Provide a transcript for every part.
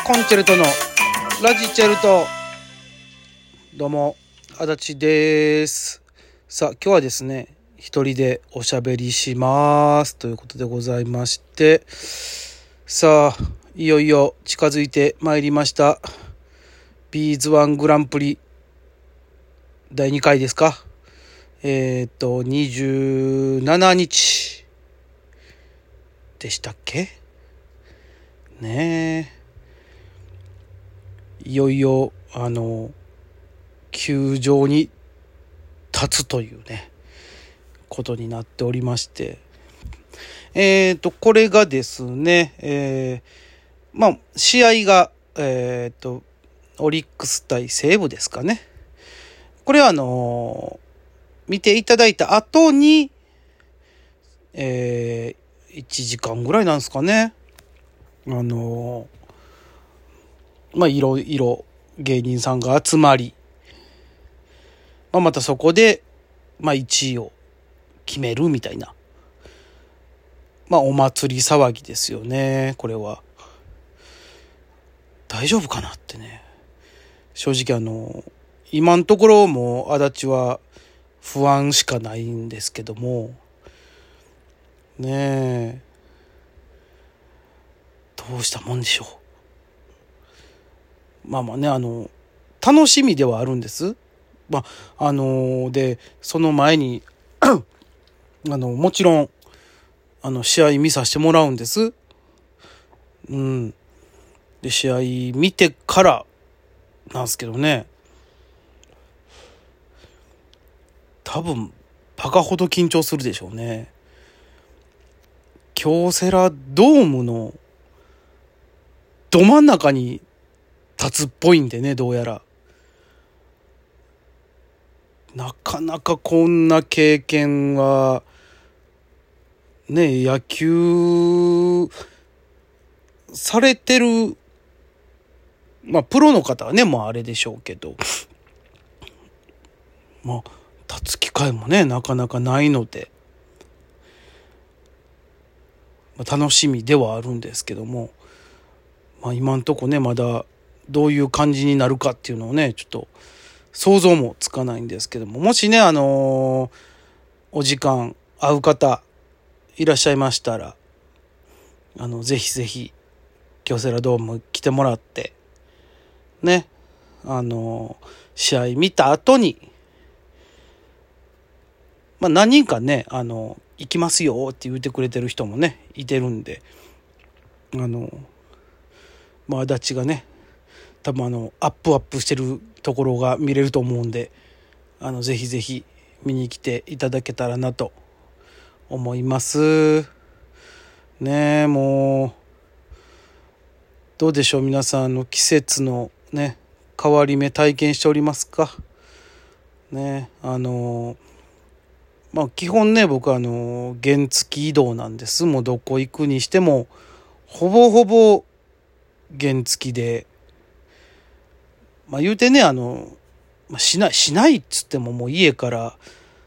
コンチェルトのラジチェルト。どうも足立です。さあ今日はですね、一人でおしゃべりしますということでございまして、さあいよいよ近づいてまいりました。ビーズワングランプリ第2回ですか。27日でしたっけねえ。いよいよ球場に立つというねことになっておりまして、これがですね、試合がオリックス対西武ですかね。これは見ていただいた後に1時間ぐらいなんですかね。いろいろ芸人さんが集まり、またそこで1位を決めるみたいな、お祭り騒ぎですよね。これは大丈夫かなってね、正直今のところもう足立は不安しかないんですけどもねえ、どうしたもんでしょう。楽しみではあるんです。でその前にもちろん試合見させてもらうんです。で試合見てからなんですけどね、多分バカほど緊張するでしょうね。京セラドームのど真ん中に立つっぽいんでね、どうやらなかなかこんな経験はね、野球されてるプロの方はね、あれでしょうけど、立つ機会もねなかなかないので、楽しみではあるんですけども、今んとこねまだどういう感じになるかっていうのをねちょっと想像もつかないんですけども、もしねお時間合う方いらっしゃいましたらぜひぜひ京セラドーム来てもらってね、試合見た後に何人かね行きますよって言ってくれてる人もねいてるんで、足立がね多分アップしてるところが見れると思うんで、ぜひぜひ見に来ていただけたらなと思いますね。もうどうでしょう皆さん、季節のね変わり目体験しておりますかね。基本ね僕原付移動なんです。もうどこ行くにしてもほぼほぼ原付で、言うてねしないっつってももう家から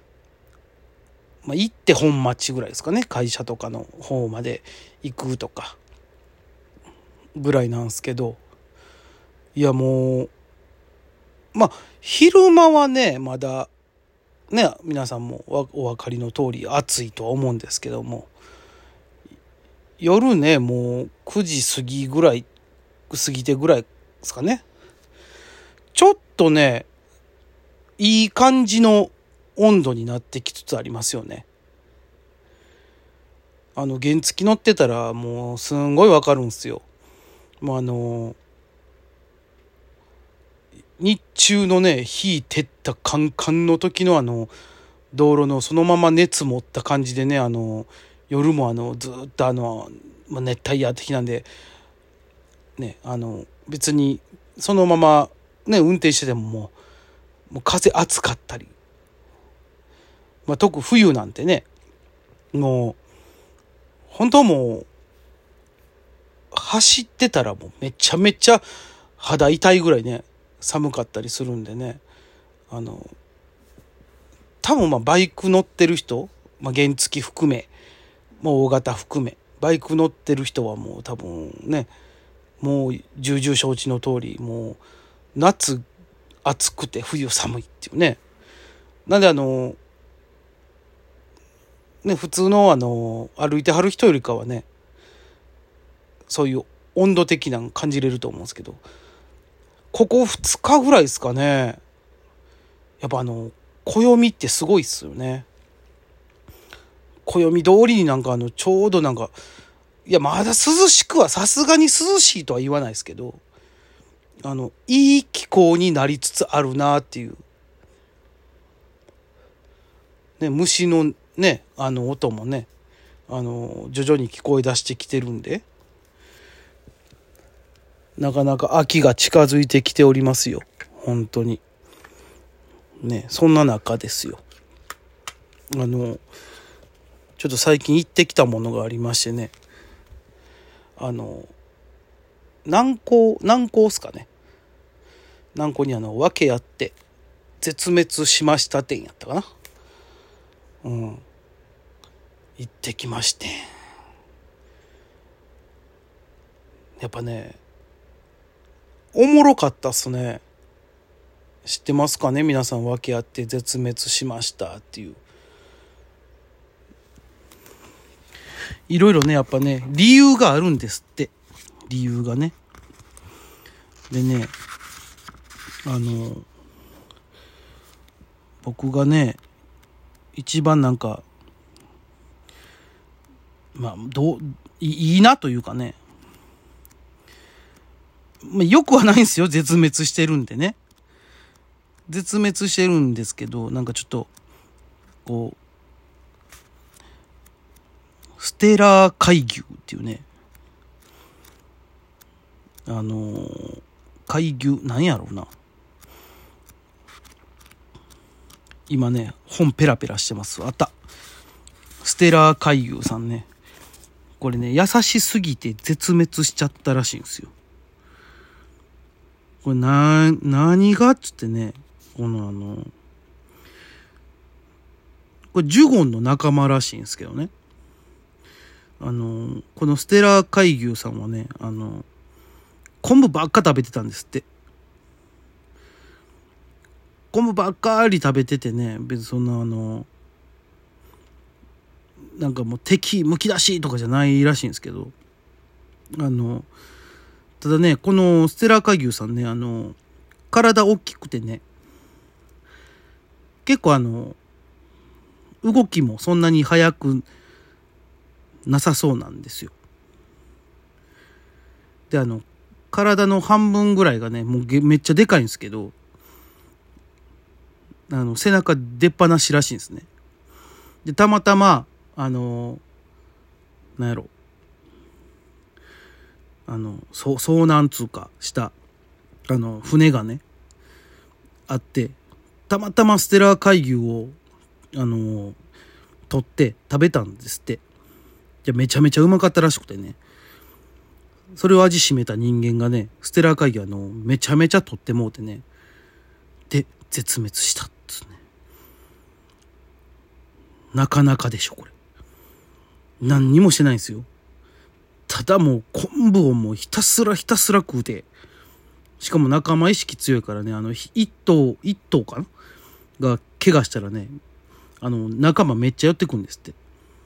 行って本町ぐらいですかね、会社とかの方まで行くとかぐらいなんですけど、いやもう昼間はねまだね皆さんもお分かりの通り暑いとは思うんですけども、夜ねもう9時過ぎてぐらいですかね、ちょっとねいい感じの温度になってきつつありますよね。原付乗ってたらもうすんごいわかるんですよ。もう日中のね火照ったカンカンの時の道路のそのまま熱持った感じでね、夜もずっと熱帯夜的なんでね、別にそのままね運転しててももう風暑かったり、特に冬なんてねもう本当もう走ってたらもうめちゃめちゃ肌痛いぐらいね寒かったりするんでね、多分バイク乗ってる人、原付含め大型含めバイク乗ってる人はもう多分ねもう重々承知の通り、もう夏暑くて冬寒いっていうね。なんで普通の歩いてはる人よりかはね、そういう温度的なの感じれると思うんですけど、ここ2日ぐらいですかね。やっぱ暦ってすごいっすよね。暦通りになんかちょうどなんか、いやまだ涼しくは、さすがに涼しいとは言わないですけど、いい気候になりつつあるなっていう。ね、虫のね、音もね、徐々に聞こえ出してきてるんで、なかなか秋が近づいてきておりますよ。本当に。ね、そんな中ですよ。ちょっと最近行ってきたものがありましてね。南港っすかね。南港に訳あって絶滅しました店やったかな。行ってきまして。やっぱね、おもろかったっすね。知ってますかね皆さん、訳あって絶滅しましたっていう。いろいろね、やっぱね、理由があるんですって。理由がね。でね、僕がね、一番なんか、いいなというかね、よくはないんですよ。絶滅してるんでね。絶滅してるんですけど、なんかちょっと、こう、ステラ海牛っていうね、海牛、なんやろうな。今ね、本ペラペラしてます。あった。ステラ海牛さんね。これね、優しすぎて絶滅しちゃったらしいんですよ。これ何がっつってね、これジュゴンの仲間らしいんですけどね。このステラ海牛さんはね、昆布ばっか食べてたんですって。昆布ばっかり食べててね、別にそんななんかもう敵むき出しとかじゃないらしいんですけど、ただね、このステラ海牛さんね、体大きくてね、結構動きもそんなに速くなさそうなんですよ。で、体の半分ぐらいがね、もうめっちゃでかいんですけど、背中出っ放しらしいんですね。で、たまたま、なんやろ、遭難つうかした船がねあって、たまたまステラ海牛を取って食べたんですって。じゃめちゃめちゃうまかったらしくてね、それを味しめた人間がね、ステラ海牛めちゃめちゃ取ってもうてね、で絶滅したっつね。なかなかでしょこれ。何にもしてないんですよ。ただもう昆布をもうひたすら食うて、しかも仲間意識強いからね、一頭かなが怪我したらね、仲間めっちゃ寄ってくんですって。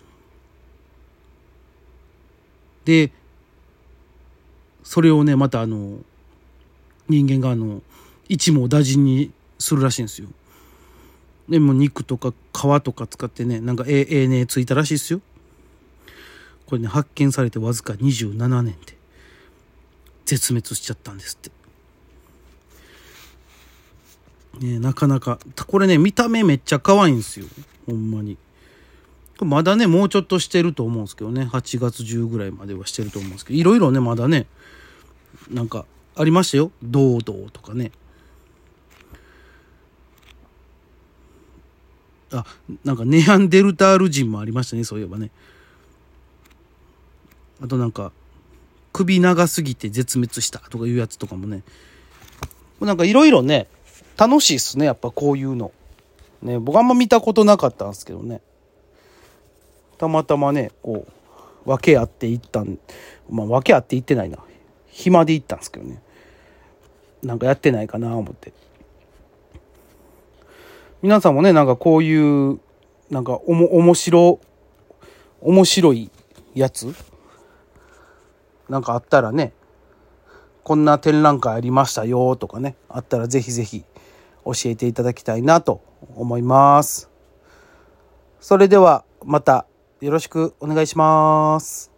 で、それをね、また人間が一網打尽にするらしいんですよ。でも肉とか皮とか使ってね、なんかねついたらしいですよ。これね、発見されてわずか27年で絶滅しちゃったんですって。ね、なかなかこれね、見た目めっちゃ可愛いんですよ。ほんまに。まだね、もうちょっとしてると思うんですけどね、8月10ぐらいまではしてると思うんですけど、いろいろね、まだね、なんかありましたよ。ドードーとかね。なんかネアンデルタール人もありましたね、そういえばね。あとなんか首長すぎて絶滅したとかいうやつとかもね、なんかいろいろね、楽しいっすね、やっぱこういうのね。僕あんま見たことなかったんですけどね、たまたまね、こう訳あって行った訳あって行ってないな、 暇で行ったんですけどね。なんかやってないかな思って。皆さんもね、なんかこういう、なんか面白いやつなんかあったらね、こんな展覧会ありましたよとかね、あったらぜひぜひ教えていただきたいなと思います。それではまたよろしくお願いします。